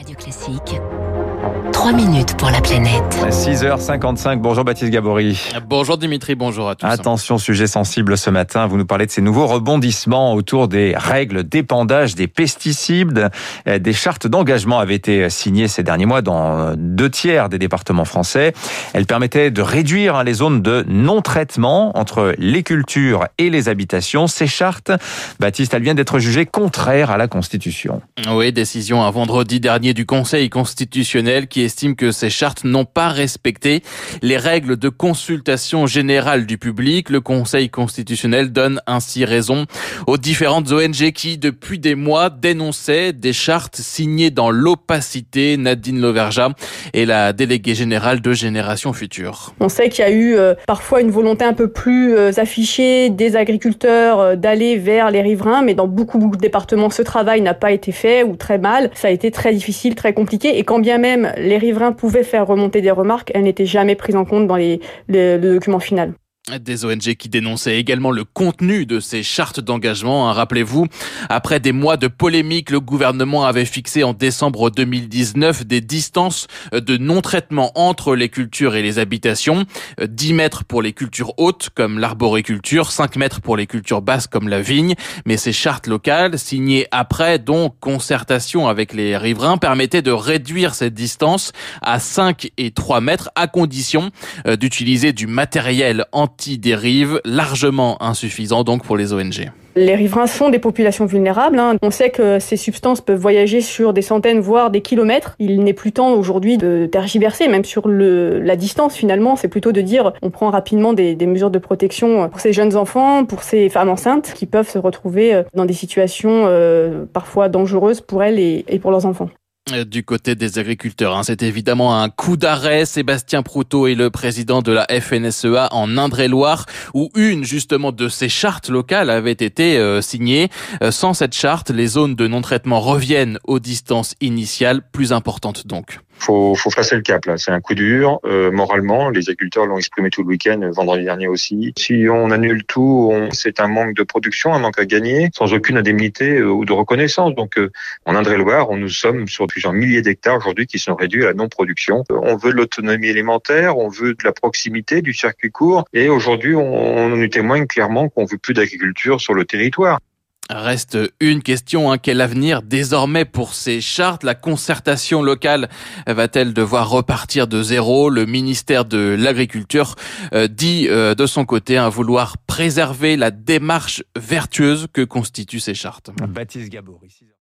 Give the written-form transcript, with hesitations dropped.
Radio Classique, 3 minutes pour la planète. 6h55, bonjour Baptiste Gabory. Bonjour Dimitri, bonjour à tous. Attention, sujet sensible ce matin, vous nous parlez de ces nouveaux rebondissements autour des règles d'épandage des pesticides. Des chartes d'engagement avaient été signées ces derniers mois dans 2/3 des départements français. Elles permettaient de réduire les zones de non-traitement entre les cultures et les habitations. Ces chartes, Baptiste, elles viennent d'être jugées contraires à la Constitution. Oui, décision un vendredi dernier du Conseil constitutionnel qui estime que ces chartes n'ont pas respecté les règles de consultation générale du public. Le Conseil constitutionnel donne ainsi raison aux différentes ONG qui, depuis des mois, dénonçaient des chartes signées dans l'opacité. Nadine Lauvergeat est la déléguée générale de Génération Future. On sait qu'il y a eu parfois une volonté un peu plus affichée des agriculteurs d'aller vers les riverains, mais dans beaucoup de départements, ce travail n'a pas été fait ou très mal. Ça a été très difficile, très compliqué. Et quand bien même les riverains pouvaient faire remonter des remarques, elles n'étaient jamais prises en compte dans le document final. Des ONG qui dénonçaient également le contenu de ces chartes d'engagement. Rappelez-vous, après des mois de polémique, le gouvernement avait fixé en décembre 2019 des distances de non-traitement entre les cultures et les habitations. 10 mètres pour les cultures hautes comme l'arboriculture, 5 mètres pour les cultures basses comme la vigne. Mais ces chartes locales, signées après donc concertation avec les riverains, permettaient de réduire cette distance à 5 et 3 mètres à condition d'utiliser du matériel anti-dérive, largement insuffisant donc pour les ONG. Les riverains sont des populations vulnérables. On sait que ces substances peuvent voyager sur des centaines, voire des kilomètres. Il n'est plus temps aujourd'hui de tergiverser, même sur la distance finalement. C'est plutôt de dire on prend rapidement des mesures de protection pour ces jeunes enfants, pour ces femmes enceintes qui peuvent se retrouver dans des situations parfois dangereuses pour elles et pour leurs enfants. Du côté des agriculteurs, c'est évidemment un coup d'arrêt. Sébastien Proutot est le président de la FNSEA en Indre-et-Loire, où une justement de ces chartes locales avait été signée. Sans cette charte, les zones de non-traitement reviennent aux distances initiales, plus importantes donc. Faut passer le cap là. C'est un coup dur moralement. Les agriculteurs l'ont exprimé tout le week-end, vendredi dernier aussi. Si on annule tout, c'est un manque de production, un manque à gagner, sans aucune indemnité ou de reconnaissance. Donc en Indre-et-Loire, nous sommes sur plusieurs milliers d'hectares aujourd'hui qui sont réduits à la non-production. On veut de l'autonomie alimentaire, on veut de la proximité, du circuit court, et aujourd'hui on nous témoigne clairement qu'on veut plus d'agriculture sur le territoire. Reste une question, quel avenir désormais pour ces chartes? La concertation locale va-t-elle devoir repartir de zéro? Le ministère de l'Agriculture dit de son côté vouloir préserver la démarche vertueuse que constituent ces chartes. Baptiste Gabory.